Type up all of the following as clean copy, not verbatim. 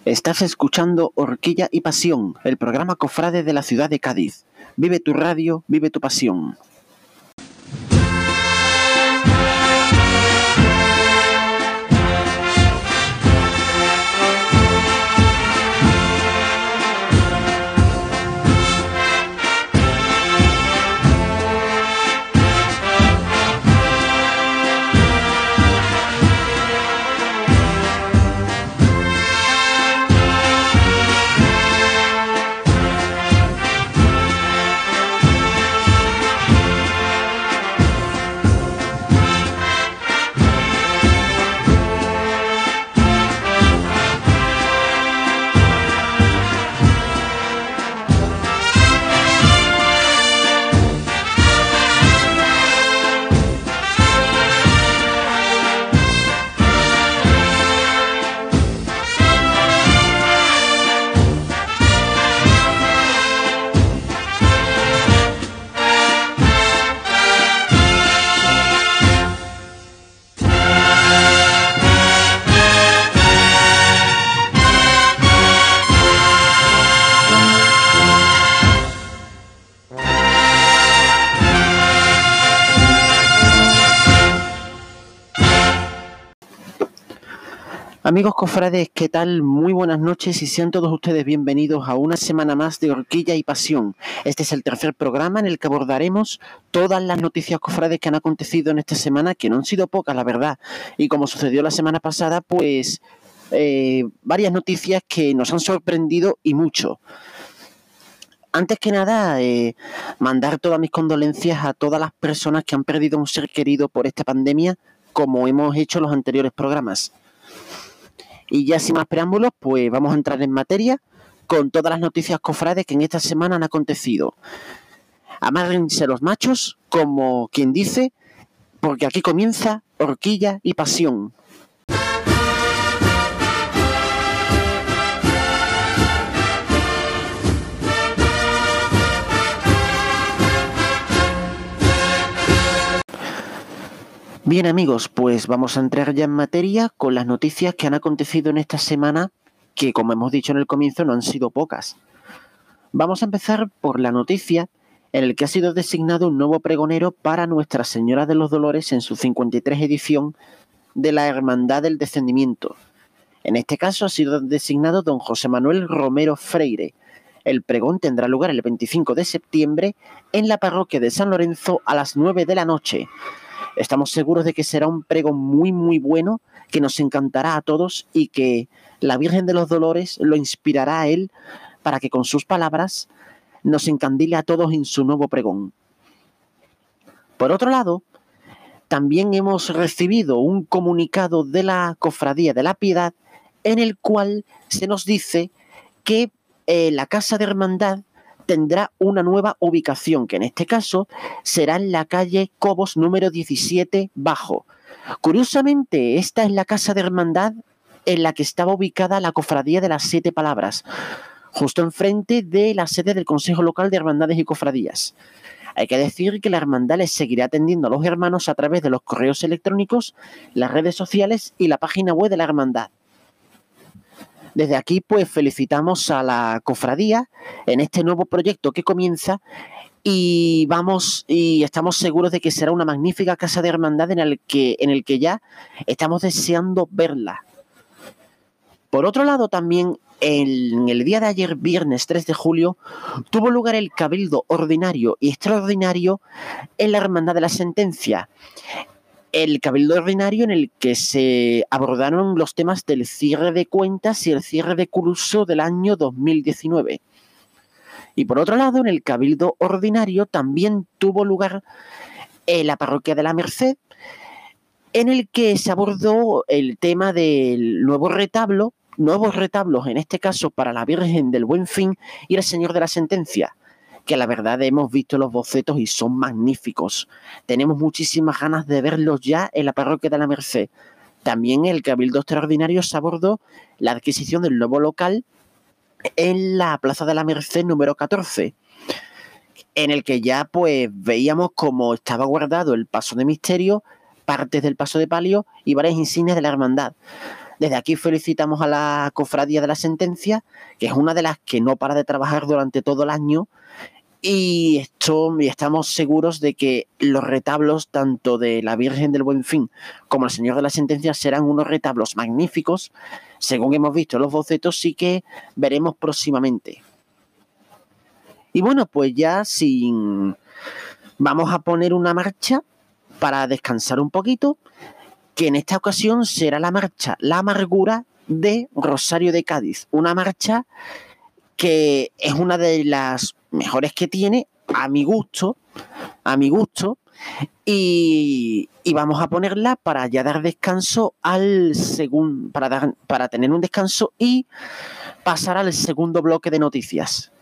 Estás escuchando Horquilla y Pasión, el programa cofrade de la ciudad de Cádiz. Vive tu radio, vive tu pasión. Amigos cofrades, ¿qué tal? Muy buenas noches y sean todos ustedes bienvenidos a una semana más de Horquilla y Pasión. Este es el tercer programa en el que abordaremos todas las noticias cofrades que han acontecido en esta semana, que no han sido pocas, la verdad. Y como sucedió la semana pasada, pues varias noticias que nos han sorprendido y mucho. Antes que nada, mandar todas mis condolencias a todas las personas que han perdido un ser querido por esta pandemia, como hemos hecho en los anteriores programas. Y ya sin más preámbulos, pues vamos a entrar en materia con todas las noticias cofrades que en esta semana han acontecido. Amárrense los machos, como quien dice, porque aquí comienza Horquilla y Pasión. Bien amigos, pues vamos a entrar ya en materia con las noticias que han acontecido en esta semana, que como hemos dicho en el comienzo no han sido pocas. Vamos a empezar por la noticia en la que ha sido designado un nuevo pregonero para Nuestra Señora de los Dolores en su 53 edición de la Hermandad del Descendimiento. En este caso ha sido designado don José Manuel Romero Freire. El pregón tendrá lugar el 25 de septiembre en la parroquia de San Lorenzo a las 9 de la noche. Estamos seguros de que será un pregón muy muy bueno, que nos encantará a todos y que la Virgen de los Dolores lo inspirará a él para que con sus palabras nos encandile a todos en su nuevo pregón. Por otro lado, también hemos recibido un comunicado de la Cofradía de la Piedad en el cual se nos dice que la Casa de Hermandad tendrá una nueva ubicación, que en este caso será en la calle Cobos número 17 Bajo. Curiosamente, esta es la Casa de Hermandad en la que estaba ubicada la Cofradía de las Siete Palabras, justo enfrente de la sede del Consejo Local de Hermandades y Cofradías. Hay que decir que la hermandad les seguirá atendiendo a los hermanos a través de los correos electrónicos, las redes sociales y la página web de la hermandad. Desde aquí, pues, felicitamos a la cofradía en este nuevo proyecto que comienza y estamos seguros de que será una magnífica casa de hermandad en el que ya estamos deseando verla. Por otro lado, también en el día de ayer, viernes 3 de julio, tuvo lugar el cabildo ordinario y extraordinario en la Hermandad de la Sentencia. El cabildo ordinario en el que se abordaron los temas del cierre de cuentas y el cierre de curso del año 2019. Y por otro lado, en el cabildo ordinario también tuvo lugar la parroquia de la Merced, en el que se abordó el tema del nuevos retablos, en este caso para la Virgen del Buen Fin y el Señor de la Sentencia, que la verdad hemos visto los bocetos y son magníficos. Tenemos muchísimas ganas de verlos ya en la parroquia de la Merced. También el Cabildo Extraordinario se abordó la adquisición del nuevo local en la Plaza de la Merced número 14, en el que ya pues veíamos cómo estaba guardado el paso de misterio, partes del paso de palio y varias insignias de la hermandad. Desde aquí felicitamos a la Cofradía de la Sentencia, que es una de las que no para de trabajar durante todo el año, y estamos seguros de que los retablos tanto de la Virgen del Buen Fin como el Señor de la Sentencia serán unos retablos magníficos, según hemos visto en los bocetos, sí que veremos próximamente. Y bueno, pues ya vamos a poner una marcha para descansar un poquito, que en esta ocasión será la marcha La Amargura de Rosario de Cádiz, una marcha que es una de las mejores que tiene, a mi gusto, y vamos a ponerla para ya dar descanso para tener un descanso y pasar al segundo bloque de noticias.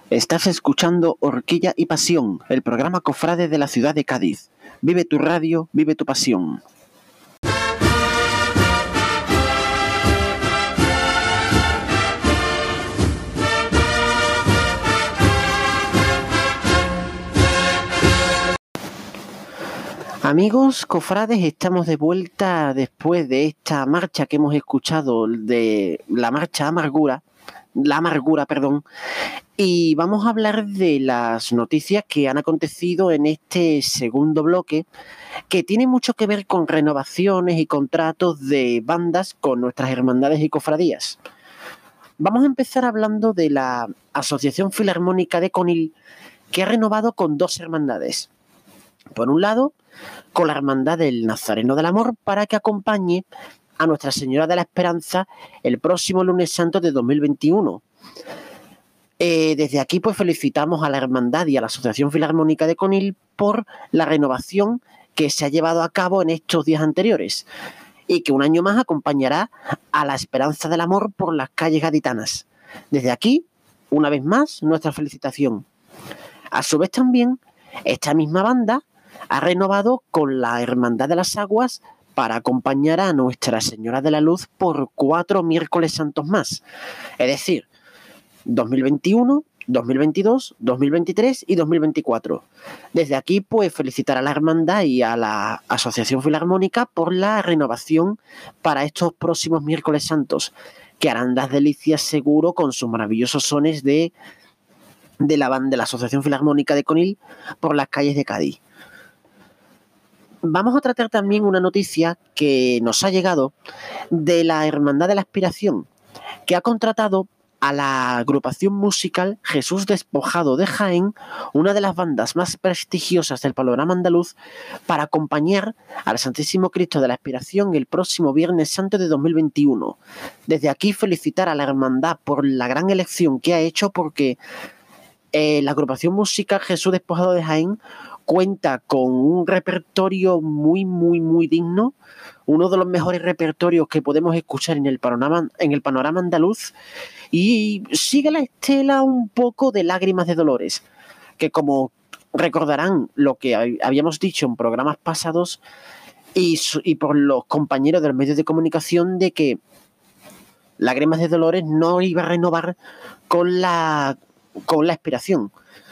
Estás escuchando Horquilla y Pasión, el programa Cofrades de la ciudad de Cádiz. Vive tu radio, vive tu pasión. Amigos cofrades, estamos de vuelta después de esta marcha que hemos escuchado, de la marcha Amargura, y vamos a hablar de las noticias que han acontecido en este segundo bloque, que tiene mucho que ver con renovaciones y contratos de bandas con nuestras hermandades y cofradías. Vamos a empezar hablando de la Asociación Filarmónica de Conil, que ha renovado con 2 hermandades. Por un lado, con la Hermandad del Nazareno del Amor, para que acompañe a Nuestra Señora de la Esperanza el próximo lunes santo de 2021. Desde aquí pues felicitamos a la Hermandad y a la Asociación Filarmónica de Conil por la renovación que se ha llevado a cabo en estos días anteriores y que un año más acompañará a la Esperanza del Amor por las calles gaditanas. Desde aquí, una vez más, nuestra felicitación. A su vez también, esta misma banda ha renovado con la Hermandad de las Aguas para acompañar a Nuestra Señora de la Luz por 4 miércoles santos más. Es decir, 2021, 2022, 2023 y 2024. Desde aquí, pues, felicitar a la Hermandad y a la Asociación Filarmónica por la renovación para estos próximos miércoles santos, que harán las delicias seguro con sus maravillosos sones de la banda de la Asociación Filarmónica de Conil por las calles de Cádiz. Vamos a tratar también una noticia que nos ha llegado de la Hermandad de la Aspiración, que ha contratado a la agrupación musical Jesús Despojado de Jaén, una de las bandas más prestigiosas del panorama andaluz, para acompañar al Santísimo Cristo de la Aspiración el próximo Viernes Santo de 2021. Desde aquí felicitar a la hermandad por la gran elección que ha hecho, porque la agrupación musical Jesús Despojado de Jaén cuenta con un repertorio muy, muy, muy digno, uno de los mejores repertorios que podemos escuchar en el panorama andaluz, y sigue la estela un poco de Lágrimas de Dolores, que, como recordarán lo que habíamos dicho en programas pasados y por los compañeros de los medios de comunicación, de que Lágrimas de Dolores no iba a renovar con la Aspiración.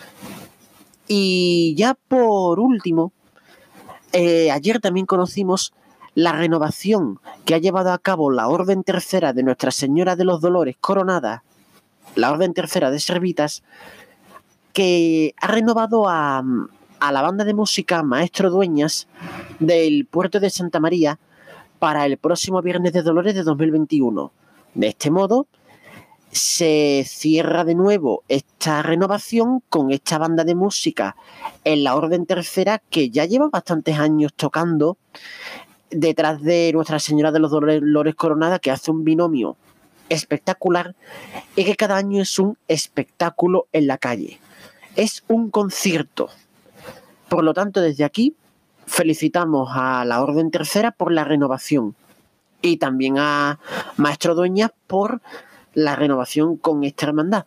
Y ya por último, ayer también conocimos la renovación que ha llevado a cabo la Orden Tercera de Nuestra Señora de los Dolores Coronada, la Orden Tercera de Servitas, que ha renovado a la banda de música Maestro Dueñas del puerto de Santa María para el próximo Viernes de Dolores de 2021. De este modo, se cierra de nuevo esta renovación con esta banda de música en la Orden Tercera, que ya lleva bastantes años tocando detrás de Nuestra Señora de los Dolores Coronada, que hace un binomio espectacular y que cada año es un espectáculo en la calle. Es un concierto. Por lo tanto, desde aquí felicitamos a la Orden Tercera por la renovación y también a Maestro Dueñas por la renovación con esta hermandad.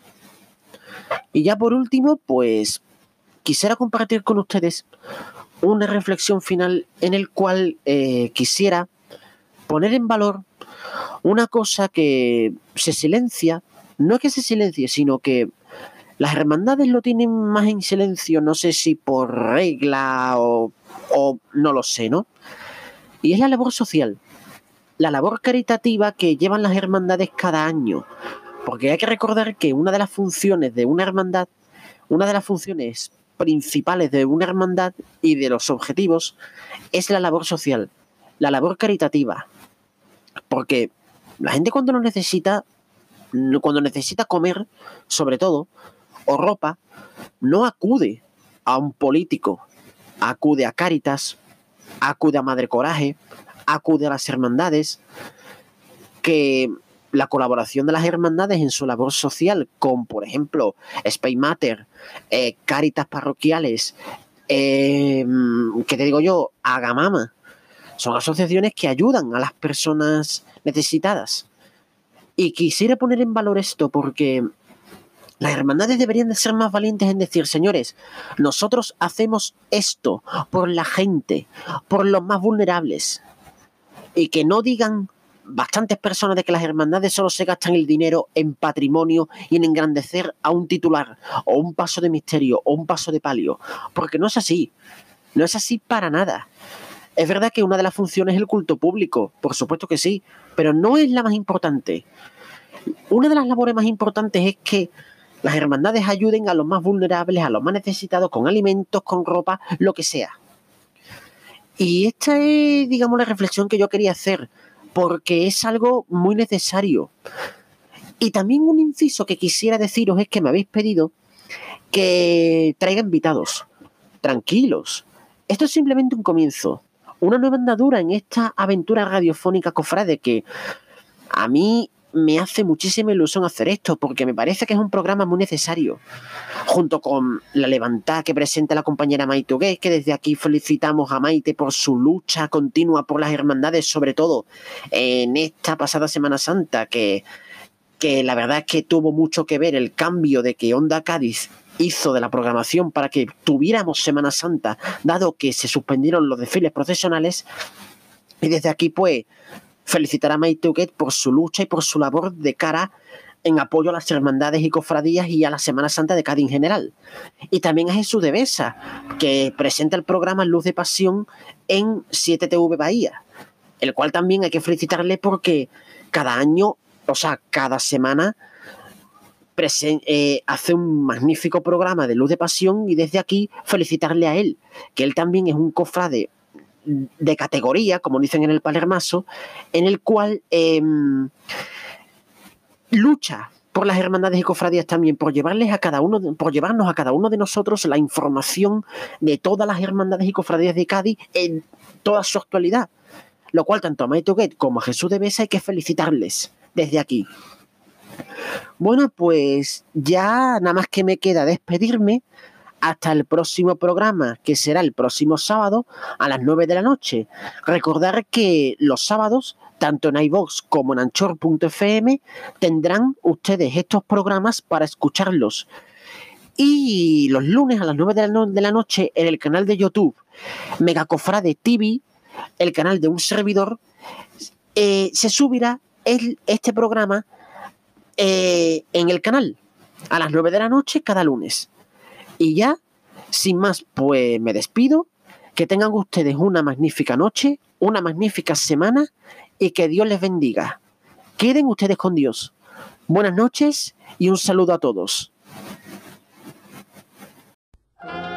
Y ya por último, pues quisiera compartir con ustedes una reflexión final en el cual quisiera poner en valor una cosa que se silencia, no es que se silencie, sino que las hermandades lo tienen más en silencio, no sé si por regla o no lo sé, ¿no? Y es la labor social, la labor caritativa que llevan las hermandades cada año, porque hay que recordar que una de las funciones de una hermandad, una de las funciones principales de una hermandad y de los objetivos es la labor social, la labor caritativa, porque la gente cuando necesita comer, sobre todo, o ropa, no acude a un político, acude a Cáritas, acude a Madre Coraje, acude a las hermandades, que la colaboración de las hermandades en su labor social con, por ejemplo, Spay Mater, Cáritas parroquiales, ¿qué te digo yo? Agamama, son asociaciones que ayudan a las personas necesitadas. Y quisiera poner en valor esto porque Las hermandades deberían de ser más valientes en decir, señores, nosotros hacemos esto por la gente, por los más vulnerables. Y que no digan bastantes personas de que las hermandades solo se gastan el dinero en patrimonio y en engrandecer a un titular, o un paso de misterio, o un paso de palio. Porque no es así. No es así para nada. Es verdad que una de las funciones es el culto público, por supuesto que sí, pero no es la más importante. Una de las labores más importantes es que las hermandades ayuden a los más vulnerables, a los más necesitados, con alimentos, con ropa, lo que sea. Y esta es, digamos, la reflexión que yo quería hacer, porque es algo muy necesario. Y también un inciso que quisiera deciros es que me habéis pedido que traiga invitados. Tranquilos. Esto es simplemente un comienzo, una nueva andadura en esta aventura radiofónica cofrade que a mí me hace muchísima ilusión hacer esto, porque me parece que es un programa muy necesario. Junto con la levantada que presenta la compañera Maite Huguet, que desde aquí felicitamos a Maite por su lucha continua por las hermandades, sobre todo en esta pasada Semana Santa, que la verdad es que tuvo mucho que ver el cambio de que Onda Cádiz hizo de la programación para que tuviéramos Semana Santa, dado que se suspendieron los desfiles procesionales. Y desde aquí, pues, felicitar a Maite Huguet por su lucha y por su labor de cara en apoyo a las hermandades y cofradías y a la Semana Santa de Cádiz en general. Y también a Jesús de Besa, que presenta el programa Luz de Pasión en 7TV Bahía, el cual también hay que felicitarle porque cada año, o sea, cada semana hace un magnífico programa de Luz de Pasión, y desde aquí felicitarle a él, que él también es un cofrade de categoría, como dicen en el Palermaso, en el cual lucha por las hermandades y cofradías también, por llevarnos a cada uno de nosotros la información de todas las hermandades y cofradías de Cádiz en toda su actualidad. Lo cual tanto a Maite Huguet como a Jesús de Besa hay que felicitarles desde aquí. Bueno, pues ya nada más que me queda despedirme hasta el próximo programa, que será el próximo sábado a las 9 de la noche. Recordar que los sábados, tanto en iVoox como en Anchor.fm, tendrán ustedes estos programas para escucharlos. Y los lunes a las 9 de la noche en el canal de YouTube Megacofrade TV, el canal de un servidor, se subirá este programa en el canal a las 9 de la noche cada lunes. Y ya, sin más, pues me despido. Que tengan ustedes una magnífica noche, una magnífica semana y que Dios les bendiga. Queden ustedes con Dios. Buenas noches y un saludo a todos.